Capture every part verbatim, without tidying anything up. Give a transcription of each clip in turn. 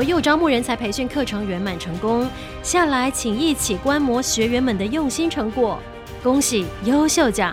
幼招募人才培训课程圆满成功，下来请一起观摩学员们的用心成果，恭喜优秀奖！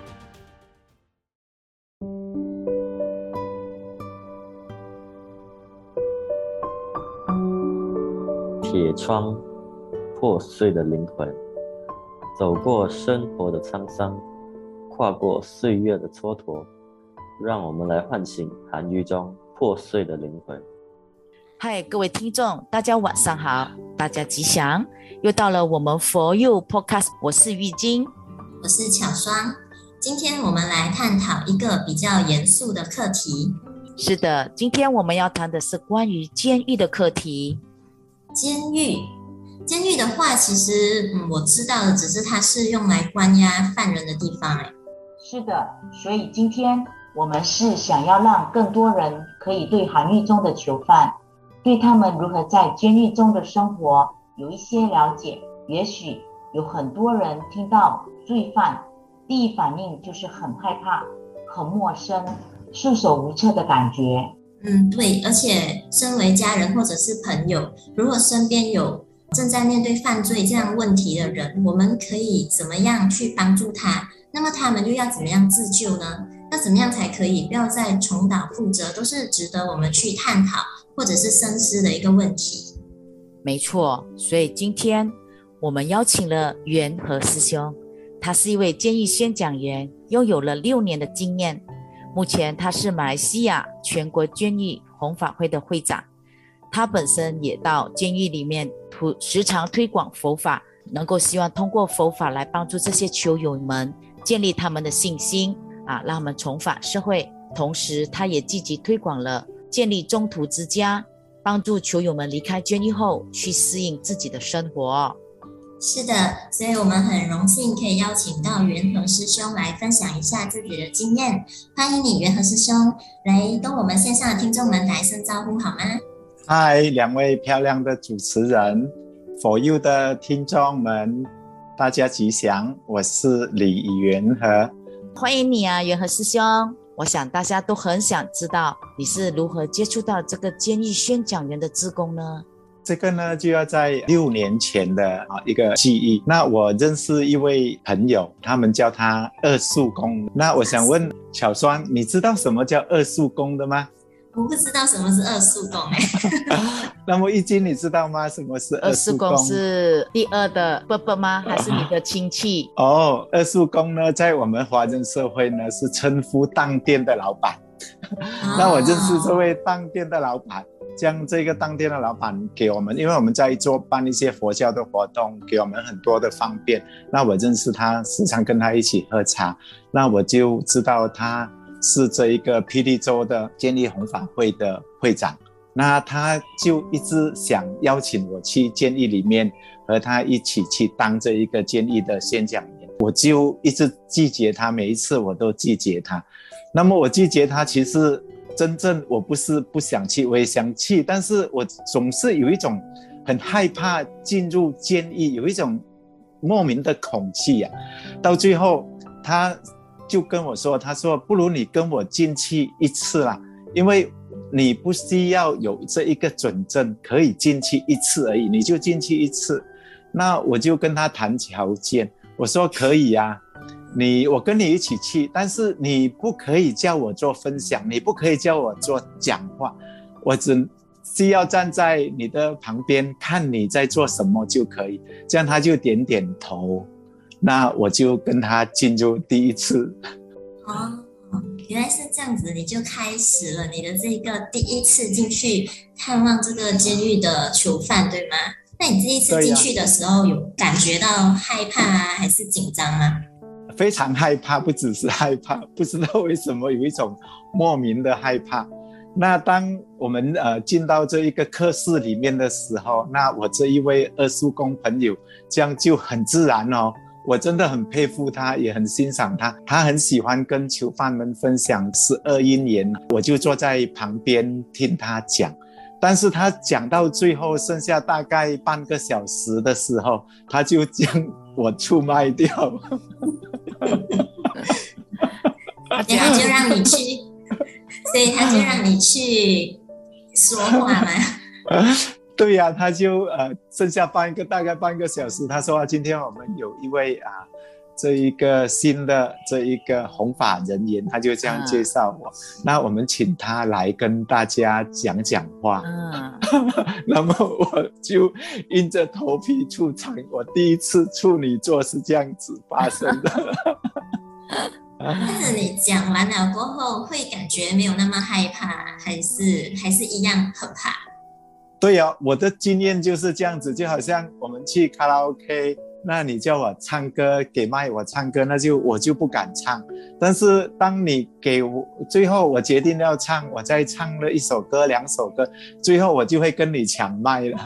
铁窗，破碎的灵魂，走过生活的沧桑，跨过岁月的蹉跎，让我们来唤醒韩愈中破碎的灵魂。 嗨，各位听众，大家晚上好，大家吉祥！又到了我们 For You Podcast， 我是玉晶， 我是巧双。今天我们来探讨一个比较严肃的课题。 是的，今天我们要谈的是关于监狱的课题。 监狱，监狱的话，其实、嗯、我知道的只是它是用来关押犯人的地方。哎， 是的，所以今天我们是想要让更多人可以对韩狱中的囚犯，对他们如何在监狱中的生活有一些了解。也许有很多人听到罪犯，第一反应就是很害怕、很陌生、束手无策的感觉。 嗯，对，而且身为家人或者是朋友，如果身边有正在面对犯罪这样问题的人，我们可以怎么样去帮助他？那么他们又要怎么样自救呢？要怎么样才可以不要再重蹈覆辙，都是值得我们去探讨或者是深思的一个问题。 没错，所以今天我们邀请了元和师兄，他是一位监狱宣讲员，拥有了六年的经验。目前他是马来西亚全国监狱弘法会的会长，他本身也到监狱里面时常推广佛法，能够希望通过佛法来帮助这些囚友们建立他们的信心啊，让他们重返社会。同时他也积极推广了建立中途之家，帮助囚友们离开监狱后去适应自己的生活。 是的，所以我们很荣幸可以邀请到元和师兄来分享一下自己的经验。欢迎你，元和师兄，来跟我们线上的听众们打一声招呼好吗？ 嗨，两位漂亮的主持人 For You 的听众们，大家吉祥，我是李元和。 欢迎你啊，元和师兄。我想大家都很想知道你是如何接触到这个监狱宣讲员的志工呢？ 这个呢，就要在六年前的一个记忆。那我认识一位朋友，他们叫他二叔公。那我想问巧双，你知道什么叫二叔公的吗？ 我不知道什么是二叔公哎。 那么一金你知道吗？什么是二叔公？ 二叔公是第二的伯伯吗？还是你的亲戚？ 哦，二叔公呢，在我们华人社会呢，是称呼当店的老板。那我认识这位当店的老板，将这个当店的老板给我们，因为我们在做办一些佛教的活动，给我们很多的方便。那我认识他，时常跟他一起喝茶，那我就知道他是这一个霹雳州的监狱弘法会的会长。那他就一直想邀请我去监狱里面和他一起去当这一个监狱的宣讲员，我就一直拒绝他，每一次我都拒绝他。那么我拒绝他，其实真正我不是不想去，我也想去，但是我总是有一种很害怕进入监狱，有一种莫名的恐惧啊。到最后他就跟我说，他说不如你跟我进去一次啦，因为你不需要有这一个准证，可以进去一次而已，你就进去一次。那我就跟他谈条件，我说可以啊，你我跟你一起去，但是你不可以叫我做分享，你不可以叫我做讲话，我只需要站在你的旁边看你在做什么就可以。这样他就点点头，那我就跟他进入第一次。 哦，原来是这样子，你就开始了你的这个第一次进去探望这个监狱的囚犯，对吗？那你第一次进去的时候，有感觉到害怕啊，还是紧张啊？ 非常害怕，不只是害怕，不知道为什么有一种莫名的害怕。那当我们呃进到这一个课室里面的时候，那我这一位二叔公朋友这样就很自然哦，我真的很佩服他，也很欣赏他。他很喜欢跟囚犯们分享十二因缘，我就坐在旁边听他讲。但是他讲到最后剩下大概半个小时的时候，他就将我出卖掉。 所以他就让你去，所以他就让你去说话嘛。 对呀、啊，他就呃剩下半个大概半个小时，他说、啊、今天我们有一位啊这一个新的这一个弘法人员，他就这样介绍我、嗯、那我们请他来跟大家讲讲话。嗯，那么我就硬着头皮出场，我第一次处女座是这样子发生的。 但是你讲完了过后，会感觉没有那么害怕，还是还是一样很怕？ 对啊，我的经验就是这样子，就好像我们去卡拉 OK， 那你叫我唱歌，给麦我唱歌，那就我就不敢唱。但是当你给我最后我决定要唱，我再唱了一首歌两首歌，最后我就会跟你抢麦了。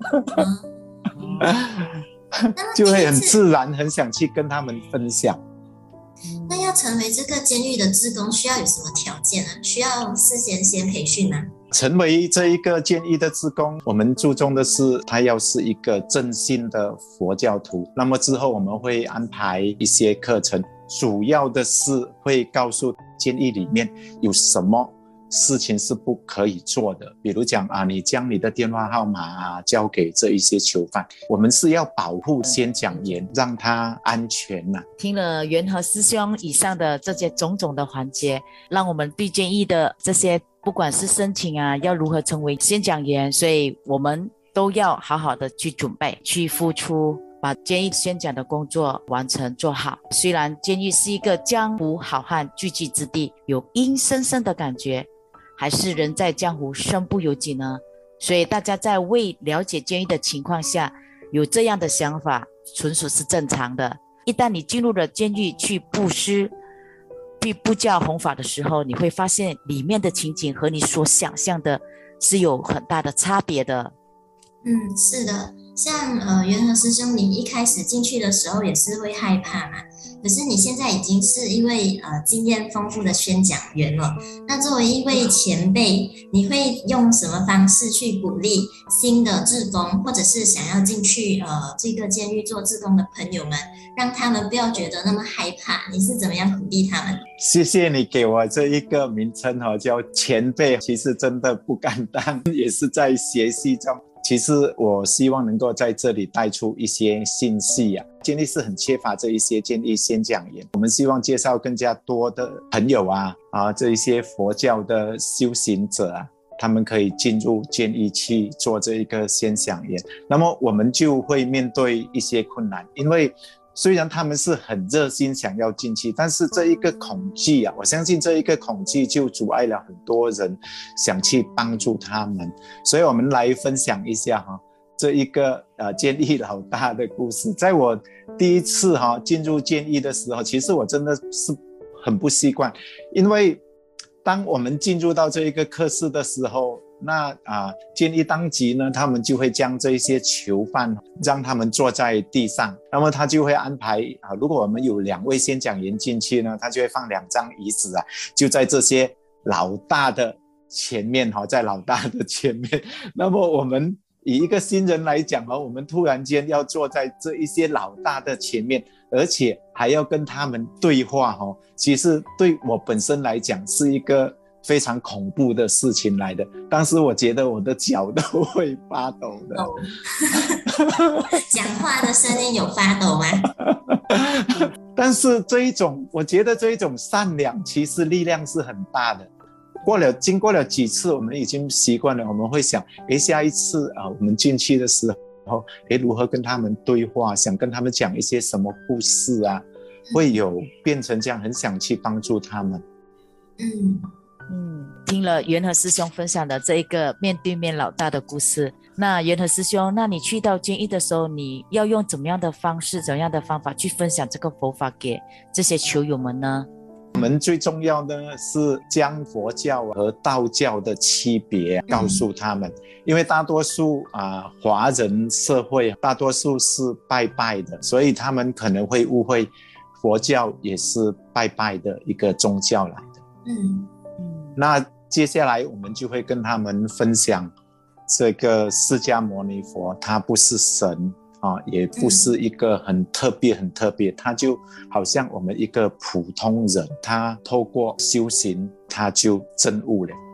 就会很自然很想去跟他们分享。 那要成为这个监狱的志工需要有什么条件呢？需要事先先培训吗？ 成为这一个监狱的志工，我们注重的是他要是一个正信的佛教徒。那么之后我们会安排一些课程，主要的是会告诉监狱里面有什么事情是不可以做的，比如讲啊，你将你的电话号码啊交给这一些囚犯，我们是要保护宣讲员，让他安全啊。 听了元和师兄以上的这些种种的环节，让我们对监狱的这些不管是申请啊，要如何成为宣讲员，所以我们都要好好的去准备，去付出，把监狱宣讲的工作完成做好。虽然监狱是一个江湖好汉聚集之地，有阴森森的感觉，还是人在江湖身不由己呢？所以大家在未了解监狱的情况下有这样的想法，纯属是正常的。一旦你进入了监狱去布施去布教弘法的时候，你会发现里面的情景和你所想象的是有很大的差别的。 嗯，是的，像呃元和师兄，你一开始进去的时候也是会害怕嘛，可是你现在已经是一位呃经验丰富的宣讲员了。那作为一位前辈，你会用什么方式去鼓励新的志工，或者是想要进去呃这个监狱做志工的朋友们，让他们不要觉得那么害怕？你是怎么样鼓励他们？ 谢谢你给我这一个名称哦，叫前辈。其实真的不敢当，也是在学习中。其实我希望能够在这里带出一些信息啊，监狱是很缺乏这一些监狱宣讲员，我们希望介绍更加多的朋友啊啊这一些佛教的修行者啊，他们可以进入监狱去做这一个宣讲员。那么我们就会面对一些困难，因为虽然他们是很热心想要进去，但是这一个恐惧啊，我相信这一个恐惧就阻碍了很多人想去帮助他们。所以我们来分享一下哈，这一个呃监狱老大的故事。在我第一次哈进入监狱的时候，其实我真的是很不习惯，因为当我们进入到这一个课室的时候，那啊，监狱当局呢，他们就会将这些囚犯让他们坐在地上，那么他就会安排啊，如果我们有两位宣讲员进去呢，他就会放两张椅子啊，就在这些老大的前面哈，在老大的前面。那么我们以一个新人来讲哦，我们突然间要坐在这一些老大的前面，而且还要跟他们对话哦，其实对我本身来讲是一个非常恐怖的事情来的。当时我觉得我的脚都会发抖的。 哦、讲话的声音有发抖吗？ 但是这一种，我觉得这一种善良其实力量是很大的。过了经过了几次，我们已经习惯了，我们会想，诶，下一次啊，我们进去的时候，诶，如何跟他们对话，想跟他们讲一些什么故事啊，会有变成这样，很想去帮助他们。 嗯嗯，听了元和师兄分享的这一个面对面老大的故事，那元和师兄，那你去到监狱的时候，你要用怎么样的方式，怎么样的方法去分享这个佛法给这些囚友们呢？ 我们最重要的是将佛教和道教的区别告诉他们，因为大多数啊、呃、华人社会大多数是拜拜的，所以他们可能会误会佛教也是拜拜的一个宗教来的。 嗯， 那接下来我们就会跟他们分享，这个释迦牟尼佛他不是神啊，也不是一个很特别很特别，他就好像我们一个普通人，他透过修行他就证悟了。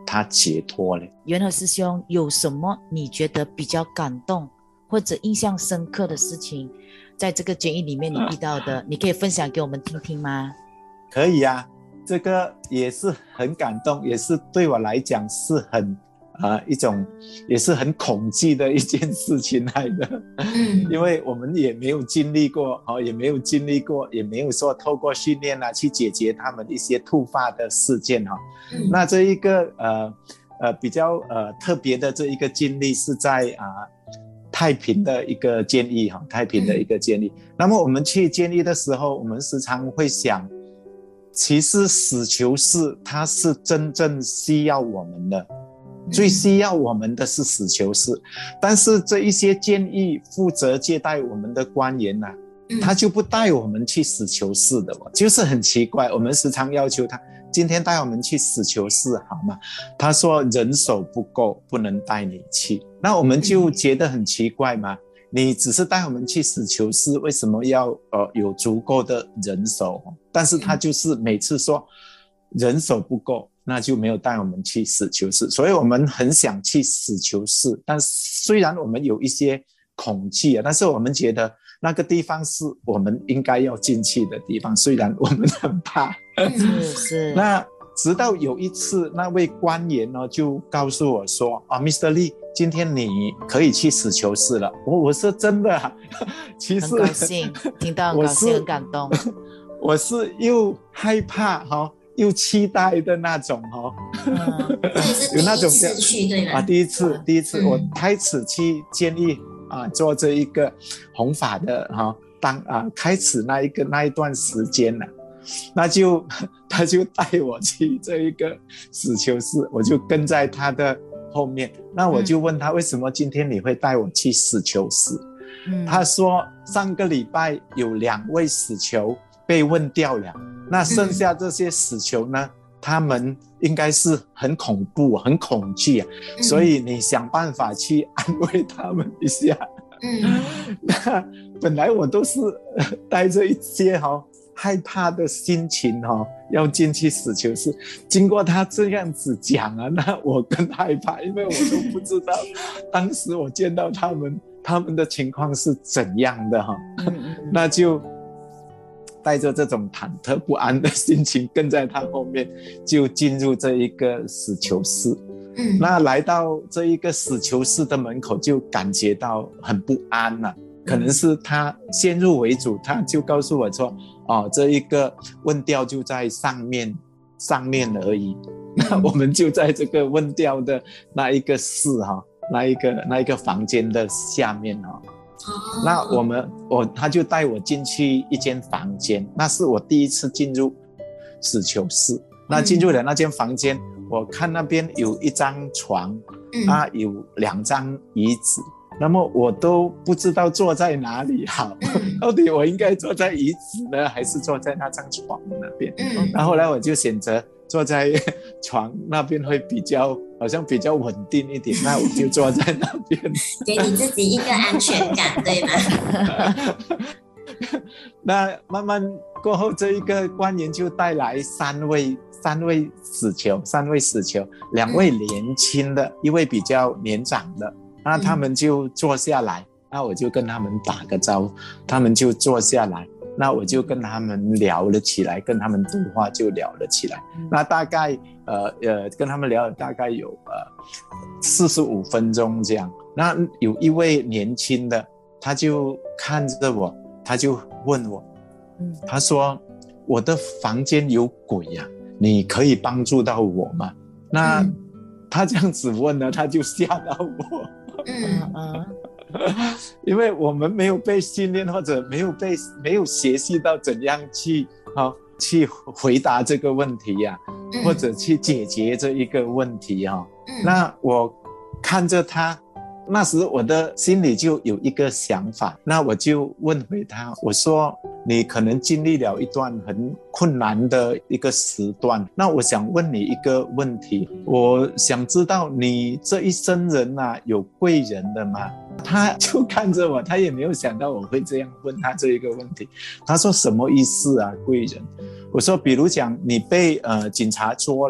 他解脱了。 元和师兄，有什么你觉得比较感动或者印象深刻的事情，在这个监狱里面你遇到的，你可以分享给我们听听吗？ 可以啊，这个也是很感动，也是对我来讲是很呃一种也是很恐惧的一件事情来的。嗯，因为我们也没有经历过、哦、也没有经历过，也没有说透过训练啊去解决他们一些突发的事件、哦嗯、那这一个呃呃比较呃特别的这一个经历是在啊、呃、太平的一个监狱哈、哦，太平的一个监狱、嗯。那么我们去监狱的时候，我们时常会想，其实死囚室它是真正需要我们的。最需要我们的是死囚室，但是这一些监狱负责接待我们的官员啊，他就不带我们去死囚室的，就是很奇怪。我们时常要求他今天带我们去死囚室好吗？他说人手不够，不能带你去。那我们就觉得很奇怪嘛，你只是带我们去死囚室，为什么要呃有足够的人手？但是他就是每次说人手不够，那就没有带我们去死囚室。所以我们很想去死囚室，但虽然我们有一些恐惧啊，但是我们觉得那个地方是我们应该要进去的地方，虽然我们很怕。 是是。 那直到有一次，那位官员呢就告诉我说：“啊 ，Mister Lee， 今天你可以去死囚室了。”我我说真的、啊，其实很高兴，听到很高兴，很感动。 我是又害怕哈、哦。又期待的那种哦， 嗯、有那种第一次去对吧？ 啊，第一次，第一次、嗯、我开始去监狱啊，做这一个弘法的哈、啊，当啊开始那一个那一段时间了，那就他就带我去这一个死囚室，我就跟在他的后面。那我就问他为什么今天你会带我去死囚室？嗯、他说上个礼拜有两位死囚被问掉了。那剩下这些死囚呢、嗯、他们应该是很恐怖很恐惧、啊嗯、所以你想办法去安慰他们一下。嗯，那本来我都是带着一些、哦、害怕的心情、哦、要进去死囚室，经过他这样子讲啊，那我更害怕，因为我都不知道当时我见到他们他们的情况是怎样的、哦嗯、那就带着这种忐忑不安的心情跟在他后面，就进入这一个死囚室。嗯，那来到这一个死囚室的门口，就感觉到很不安了、啊。可能是他先入为主，他就告诉我说：“哦，这一个问调就在上面，上面而已。”那我们就在这个问调的那一个室哈、哦，那一个那一个房间的下面哈、哦。那我们我他就带我进去一间房间，那是我第一次进入死囚室。那进入了那间房间、嗯、我看那边有一张床、嗯、啊，有两张椅子，那么我都不知道坐在哪里好、嗯、到底我应该坐在椅子呢，还是坐在那张床那边、嗯、然后后来我就选择坐在床那边会比较好像比较稳定一点，那我就坐在那边给你自己一个安全感对吗？ 那慢慢过后，这一个官员就带来三位三位死囚三位死囚两位年轻的、嗯、一位比较年长的，那他们就坐下来、嗯、那我就跟他们打个招呼，他们就坐下来，那我就跟他们聊了起来，跟他们对话就聊了起来、嗯、那大概呃呃跟他们聊了大概有呃四十五分钟这样。那有一位年轻的，他就看着我，他就问我、嗯、他说我的房间有鬼呀、啊，你可以帮助到我吗？那、嗯、他这样子问呢，他就吓到我。嗯嗯因为我们没有被训练，或者没有被没有学习到怎样去、哦、去回答这个问题呀、啊嗯，或者去解决这一个问题哈、哦嗯。那我看着他，那时我的心里就有一个想法，那我就问回他，我说你可能经历了一段很困难的一个时段，那我想问你一个问题，我想知道你这一生人啊有贵人的吗？他就看着我，他也没有想到我会这样问他这一个问题。他说什么意思啊贵人？我说比如讲你被呃警察捉了，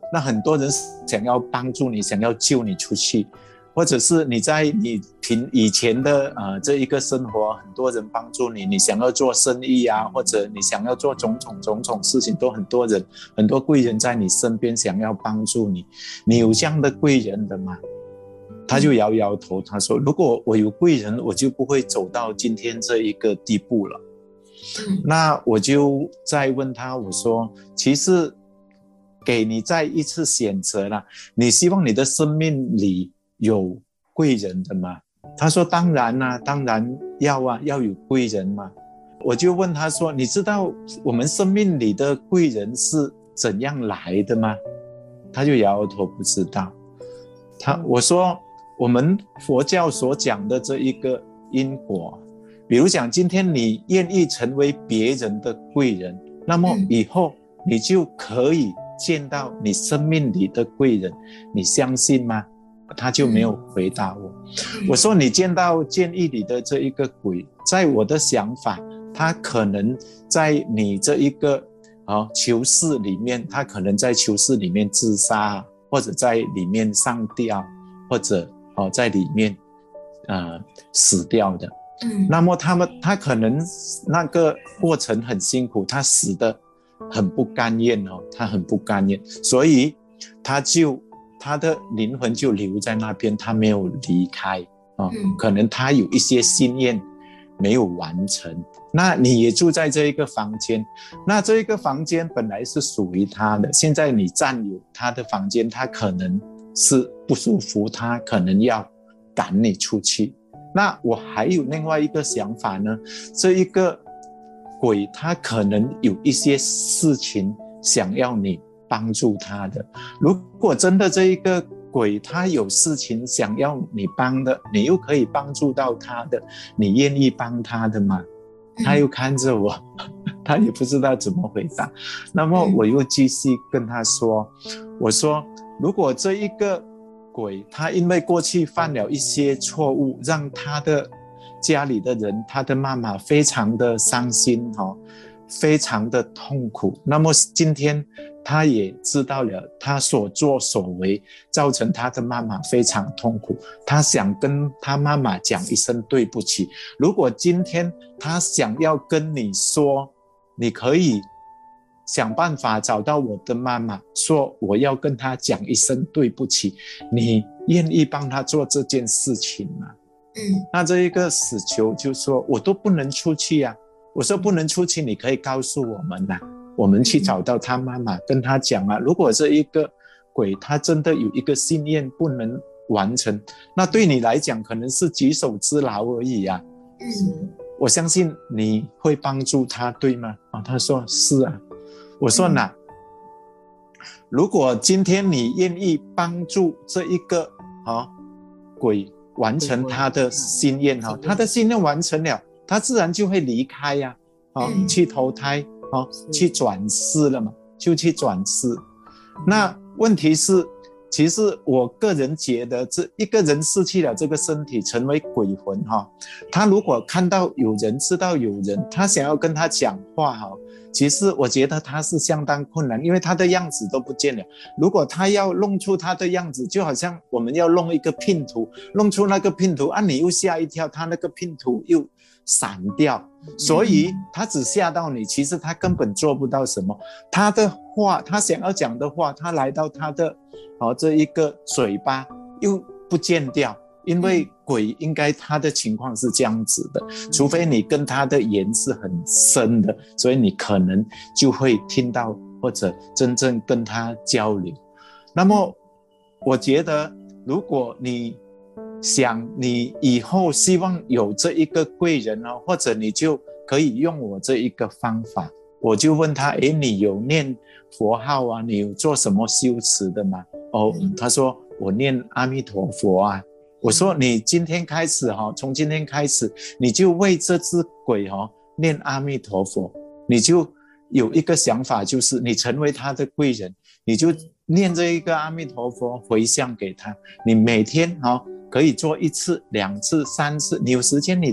那很多人想要帮助你，想要救你出去，或者是你在你凭以前的呃这一个生活，很多人帮助你，你想要做生意啊，或者你想要做种种种种事情，都很多人很多贵人在你身边想要帮助你。你有这样的贵人的吗？他就摇摇头，他说如果我有贵人，我就不会走到今天这一个地步了。那我就再问他，我说其实给你再一次选择了，你希望你的生命里有贵人的吗？他说当然啊，当然要啊，要有贵人嘛。我就问他说，你知道我们生命里的贵人是怎样来的吗？他就摇摇头，不知道。他我说我们佛教所讲的这一个因果，比如讲今天你愿意成为别人的贵人，那么以后你就可以见到你生命里的贵人，你相信吗？他就没有回答我。我说你见到监狱里的这一个鬼，在我的想法，他可能在你这一个哦囚室里面，他可能在囚室里面自杀，或者在里面上吊，或者哦在里面呃死掉的。嗯，那么他们他可能那个过程很辛苦，他死得很不甘愿哦，他很不甘愿，所以他就他的灵魂就留在那边，他没有离开哦，嗯，可能他有一些心愿没有完成。那你也住在这一个房间，那这一个房间本来是属于他的，现在你占有他的房间，他可能是不舒服，他可能要赶你出去。那我还有另外一个想法呢，这一个鬼他可能有一些事情想要你帮助他的。如果真的这一个鬼他有事情想要你帮的，你又可以帮助到他的，你愿意帮他的吗？他又看着我，他也不知道怎么回答。那么我又继续跟他说，我说如果这一个鬼他因为过去犯了一些错误，让他的家里的人，他的妈妈非常的伤心，哦，非常的痛苦，那么今天他也知道了他所作所为造成他的妈妈非常痛苦，他想跟他妈妈讲一声对不起。如果今天他想要跟你说，你可以想办法找到我的妈妈，说我要跟他讲一声对不起，你愿意帮他做这件事情吗？嗯，那这一个死囚就说我都不能出去啊。我说不能出去，你可以告诉我们啊，我们去找到他妈妈，跟他讲啊，如果这一个鬼他真的有一个心愿不能完成，那对你来讲可能是举手之劳而已啊。嗯，我相信你会帮助他，对吗？啊，他说是啊。我说那、嗯、如果今天你愿意帮助这一个、哦、鬼完成他的心愿、哦、他的心愿完成了，他自然就会离开呀、啊哦，去投胎，哦，去转世了嘛，就去转世。那问题是，其实我个人觉得，这一个人失去了这个身体，成为鬼魂哈、哦，他如果看到有人，知道有人，他想要跟他讲话哈、哦，其实我觉得他是相当困难，因为他的样子都不见了。如果他要弄出他的样子，就好像我们要弄一个拼图，弄出那个拼图啊，你又吓一跳，他那个拼图又散掉，所以他只吓到你，其实他根本做不到什么。他的话，他想要讲的话，他来到他的、哦、这一个嘴巴又不见掉，因为鬼应该他的情况是这样子的，除非你跟他的缘是很深的，所以你可能就会听到或者真正跟他交流。那么我觉得如果你想你以后希望有这一个贵人哦，或者你就可以用我这一个方法。我就问他，诶，你有念佛号啊？你有做什么修持的吗？哦，他说我念阿弥陀佛啊。我说你今天开始哈、哦，从今天开始你就为这只鬼哈、哦、念阿弥陀佛，你就有一个想法，就是你成为他的贵人，你就念这一个阿弥陀佛回向给他，你每天哈、哦可以做一次、两次、三次，你有时间你就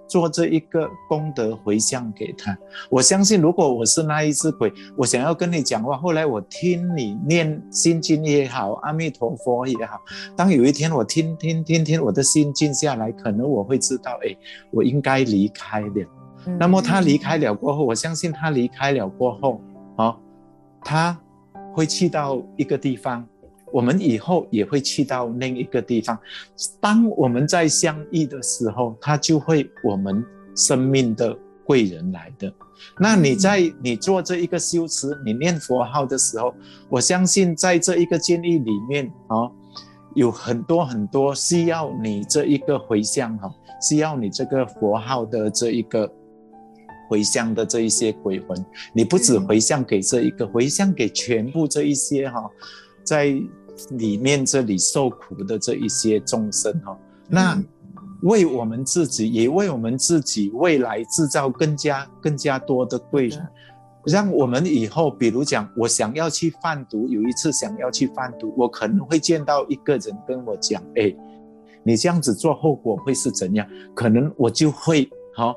做这一个功德回向给他。我相信如果我是那一只鬼，我想要跟你讲话，后来我听你念心经也好，阿弥陀佛也好，当有一天我听听听听我的心静下来，可能我会知道哎，我应该离开了、嗯、那么他离开了过后，我相信他离开了过后、哦、他会去到一个地方，我们以后也会去到另一个地方。当我们在相遇的时候，他就会我们生命的贵人来的。那你在你做这一个修持，你念佛号的时候，我相信在这一个监狱里面、哦、有很多很多需要你这一个回向、哦、需要你这个佛号的这一个回向的这一些鬼魂。你不只回向给这一个，回向给全部这一些、哦、在里面这里受苦的这一些众生、哦、那为我们自己也为我们自己未来制造更加更加多的贵人，让我们以后比如讲我想要去贩毒，有一次想要去贩毒，我可能会见到一个人跟我讲，哎，你这样子做后果会是怎样，可能我就会、哦、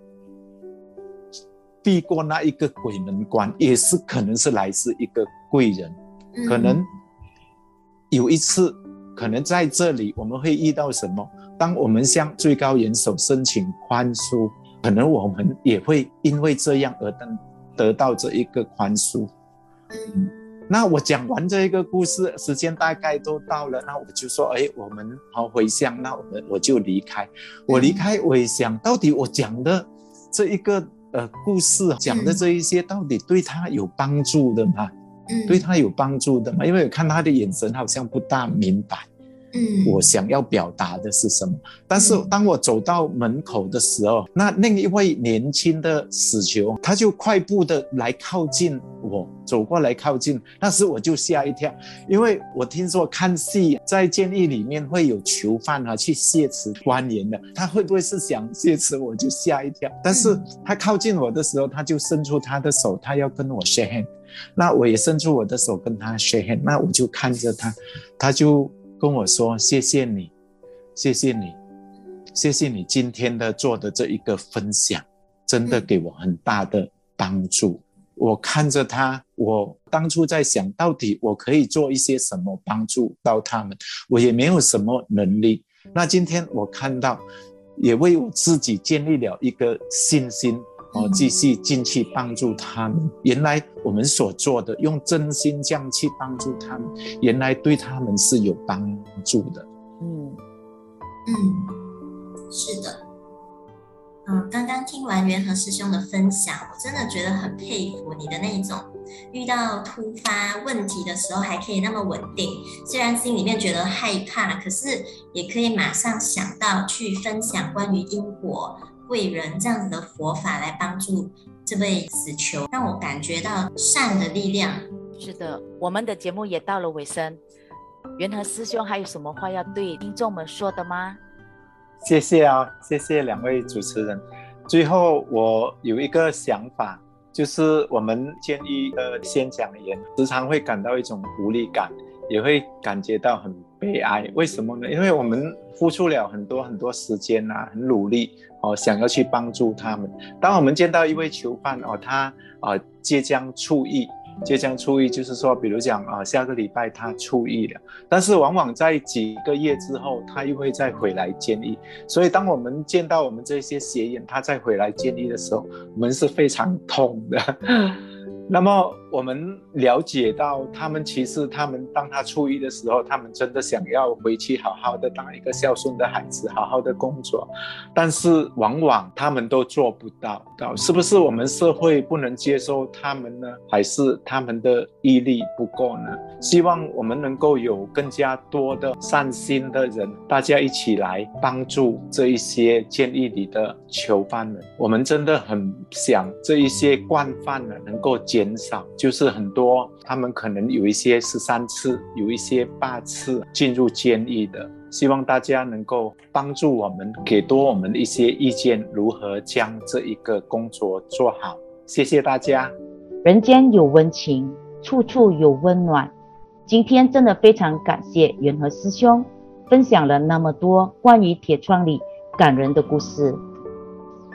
避过那一个鬼门关，也是可能是来自一个贵人。可能有一次可能在这里我们会遇到什么，当我们向最高元首申请宽恕，可能我们也会因为这样而得到这一个宽恕。那我讲完这一个故事，时间大概都到了，那我就说哎，我们好回向，那我们我就离开。我离开我也想到底我讲的这一个呃故事讲的这一些到底对他有帮助的吗？对他有帮助的吗？因为我看他的眼神好像不大明白我想要表达的是什么。但是当我走到门口的时候，那另一位年轻的死囚他就快步的来靠近我，走过来靠近，那时我就吓一跳，因为我听说看戏在监狱里面会有囚犯、啊、去挟持官员的，他会不会是想挟持我，就吓一跳。但是他靠近我的时候，他就伸出他的手，他要跟我 shake hand， 那我也伸出我的手跟他 shake hand， 那我就看着他，他就跟我说谢谢你，谢谢你，谢谢你今天的做的这一个分享，真的给我很大的帮助。我看着他，我当初在想到底我可以做一些什么帮助到他们，我也没有什么能力。那今天我看到也为我自己建立了一个信心，哦，继续进去帮助他们。原来我们所做的用真心这样去帮助他们，原来对他们是有帮助的。 嗯嗯，是的。嗯，刚刚听完元和师兄的分享，我真的觉得很佩服你的那种遇到突发问题的时候还可以那么稳定，虽然心里面觉得害怕，可是也可以马上想到去分享关于因果贵人这样子的佛法来帮助这位死囚，让我感觉到善的力量。 是的，我们的节目也到了尾声，元和师兄还有什么话要对听众们说的吗？ 谢谢啊，谢谢两位主持人。最后我有一个想法，就是我们监狱的宣讲员时常会感到一种无力感，也会感觉到很悲哀。为什么呢？因为我们付出了很多很多时间啊，很努力哦，想要去帮助他们。当我们见到一位囚犯哦，他呃即将出狱，即将出狱就是说，比如讲啊、呃，下个礼拜他出狱了，但是往往在几个月之后，他又会再回来监狱。所以当我们见到我们这些学员他再回来监狱的时候，我们是非常痛的。那么我们了解到他们其实他们当他出狱的时候，他们真的想要回去好好的当一个孝顺的孩子，好好的工作，但是往往他们都做不到。是不是我们社会不能接受他们呢？还是他们的毅力不够呢？希望我们能够有更加多的善心的人，大家一起来帮助这一些监狱里的囚犯们。我们真的很想这一些惯犯呢能够减少，就是很多他们可能有一些十三次，有一些八次进入监狱的，希望大家能够帮助我们，给多我们一些意见，如何将这一个工作做好。谢谢大家。 人间有温情，处处有温暖。今天真的非常感谢元和师兄分享了那么多关于铁窗里感人的故事。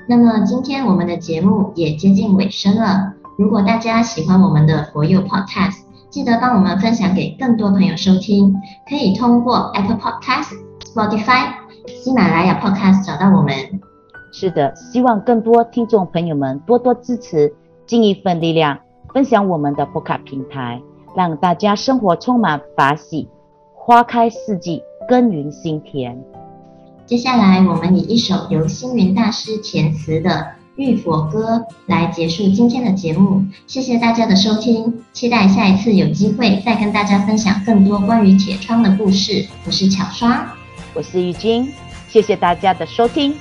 那么今天我们的节目也接近尾声了。如果大家喜欢我们的佛佑 Podcast， 记得帮我们分享给更多朋友收听。可以通过 Apple Podcast、Spotify、喜马拉雅 Podcast 找到我们。 是的，希望更多听众朋友们多多支持，尽一份力量，分享我们的 Podcast 平台，让大家生活充满法喜，花开四季，耕耘心田。 接下来我们以一首由星云大师填词的《浴佛歌》来结束今天的节目。谢谢大家的收听，期待下一次有机会再跟大家分享更多关于铁窗的故事。我是巧刷， 我是玉君，谢谢大家的收听。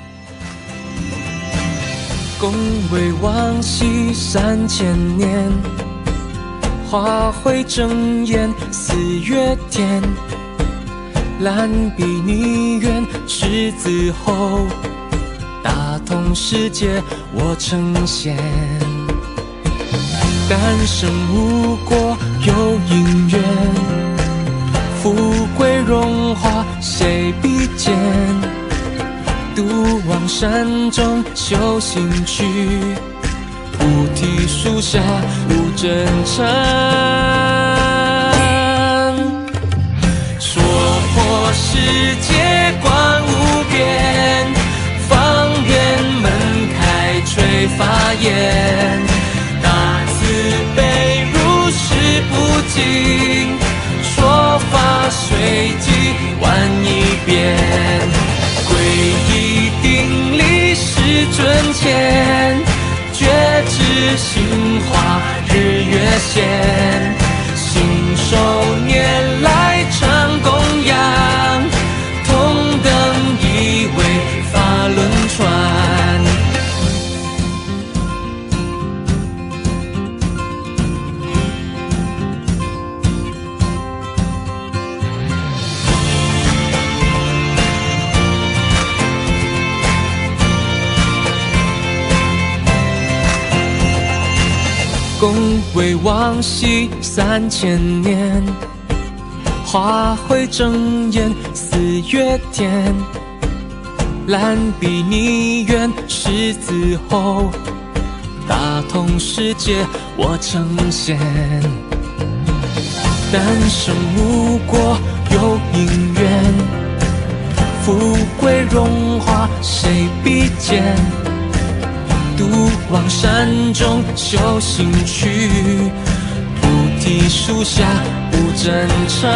恭维往昔三千年，花卉争艳四月天，蓝比泥园狮子后，大同世界我呈现。单生无果有因缘，富贵荣华谁比肩？独往山中修行去，菩提树下无真禅。说破世界观无边，方圆门开垂法眼，大慈悲如是不尽，说法随即万一变。皈依定力是尊前，觉知心化日月现，信手拈来常供养，同等一位法轮传。恭维往昔三千年，花卉争艳四月天，蓝比泥园狮子后，大同世界我呈现。单生无果有因缘，富贵荣华谁比肩？独往山中修行去，菩提树下无真禅。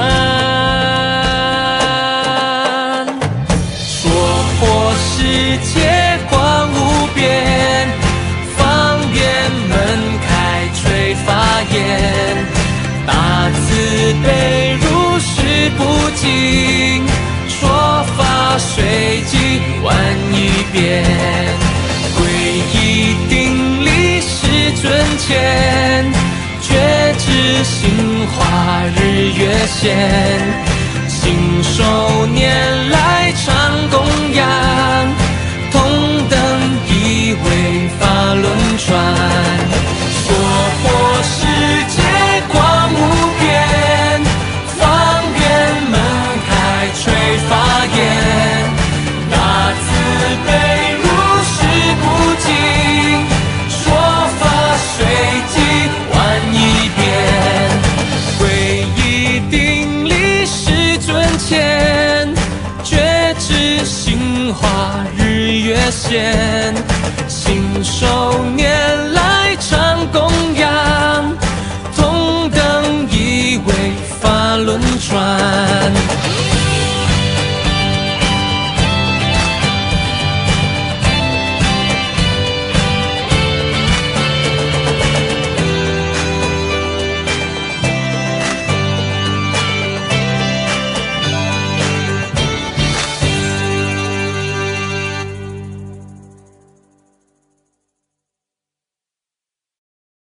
说破世界观无边，方圆门开垂法眼，大慈悲如是不尽，说法随即万一变。皈依定力是尊前，觉知心化日月现，信手拈来常供养，同等一位法轮传。说破世界观无边，方圆门开垂法眼，大慈悲不尽，说法随即万一变。皈依定力是尊前，觉知心化日月现，信手拈来